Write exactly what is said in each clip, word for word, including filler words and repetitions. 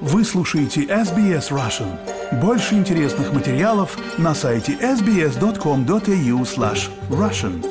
Вы слушаете эс би эс Russian. Больше интересных материалов на сайте эс би эс точка ком точка эй ю слэш Russian.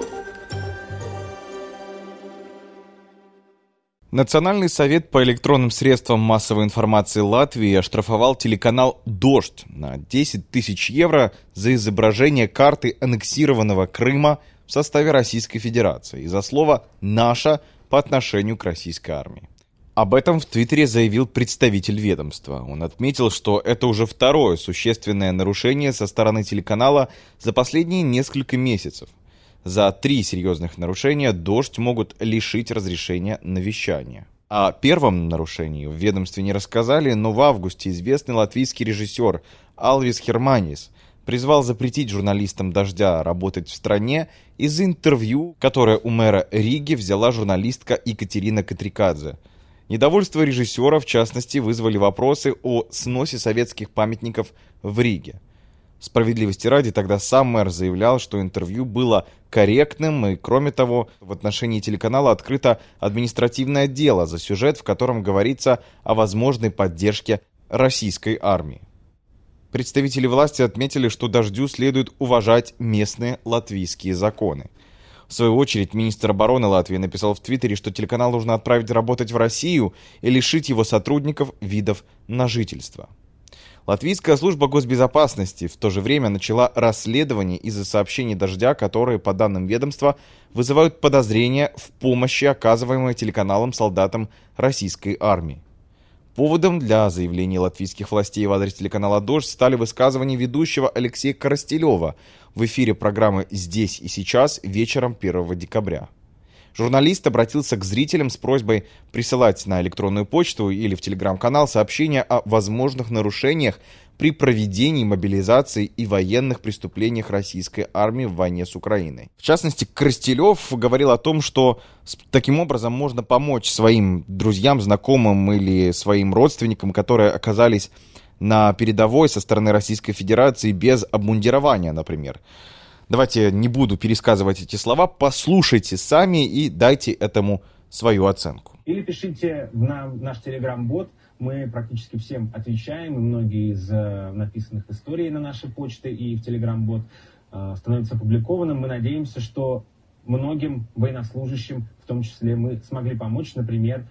Национальный совет по электронным средствам массовой информации Латвии оштрафовал телеканал «Дождь» на десять тысяч евро за изображение карты аннексированного Крыма в составе Российской Федерации и за слово «наша» по отношению к российской армии. Об этом в Твиттере заявил представитель ведомства. Он отметил, что это уже второе существенное нарушение со стороны телеканала за последние несколько месяцев. За три серьезных нарушения «Дождь» могут лишить разрешения на вещание. О первом нарушении в ведомстве не рассказали, но в августе известный латвийский режиссер Алвис Херманис призвал запретить журналистам «Дождя» работать в стране из-за интервью, которое у мэра Риги взяла журналистка Екатерина Катрикадзе. Недовольство режиссера, в частности, вызвали вопросы о сносе советских памятников в Риге. Справедливости ради, тогда сам мэр заявлял, что интервью было корректным, и, кроме того, в отношении телеканала открыто административное дело за сюжет, в котором говорится о возможной поддержке российской армии. Представители власти отметили, что «Дождю» следует уважать местные латвийские законы. В свою очередь, министр обороны Латвии написал в Твиттере, что телеканал нужно отправить работать в Россию и лишить его сотрудников видов на жительство. Латвийская служба госбезопасности в то же время начала расследование из-за сообщений «Дождя», которые, по данным ведомства, вызывают подозрения в помощи, оказываемой телеканалом солдатам российской армии. Поводом для заявлений латвийских властей в адрес телеканала «Дождь» стали высказывания ведущего Алексея Коростелева в эфире программы «Здесь и сейчас» вечером первого декабря. Журналист обратился к зрителям с просьбой присылать на электронную почту или в телеграм-канал сообщения о возможных нарушениях при проведении мобилизации и военных преступлениях российской армии в войне с Украиной. В частности, Коростелев говорил о том, что таким образом можно помочь своим друзьям, знакомым или своим родственникам, которые оказались на передовой со стороны Российской Федерации без обмундирования, например. Давайте не буду пересказывать эти слова, послушайте сами и дайте этому свою оценку. Или пишите на наш телеграм-бот, мы практически всем отвечаем, и многие из э, написанных историй на нашей почте и в телеграм-бот э, становятся опубликованным. Мы надеемся, что многим военнослужащим, в том числе, мы смогли помочь, например,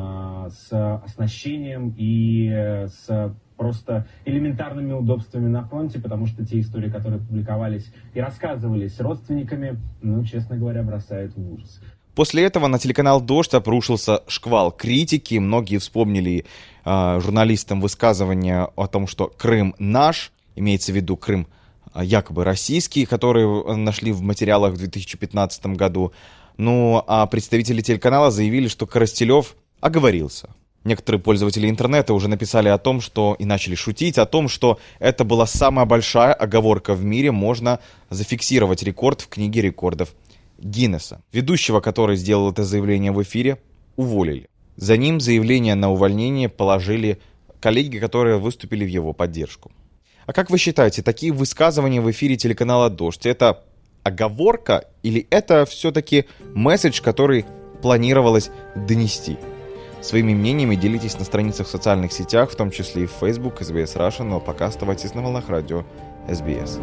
э, с оснащением и э, с просто элементарными удобствами на фронте, потому что те истории, которые публиковались и рассказывались родственниками, ну, честно говоря, бросают в ужас. После этого на телеканал «Дождь» обрушился шквал критики. Многие вспомнили э, журналистам высказывания о том, что Крым наш, имеется в виду Крым э, якобы российский, который нашли в материалах в две тысячи пятнадцатом году. Ну, а представители телеканала заявили, что Коростелев оговорился. Некоторые пользователи интернета уже написали о том, что и начали шутить о том, что это была самая большая оговорка в мире, можно зафиксировать рекорд в книге рекордов Гиннесса. Ведущего, который сделал это заявление в эфире, уволили. За ним заявление на увольнение положили коллеги, которые выступили в его поддержку. А как вы считаете, такие высказывания в эфире телеканала «Дождь» — это оговорка или это все-таки месседж, который планировалось донести? Своими мнениями делитесь на страницах в социальных сетях, в том числе и в Facebook, эс би эс Russian, но пока оставайтесь на волнах радио эс би эс.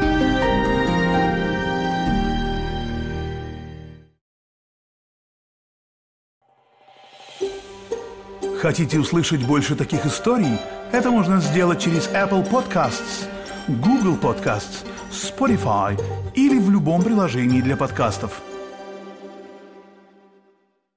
Хотите услышать больше таких историй? Это можно сделать через Apple Podcasts, Google Podcasts, Spotify или в любом приложении для подкастов.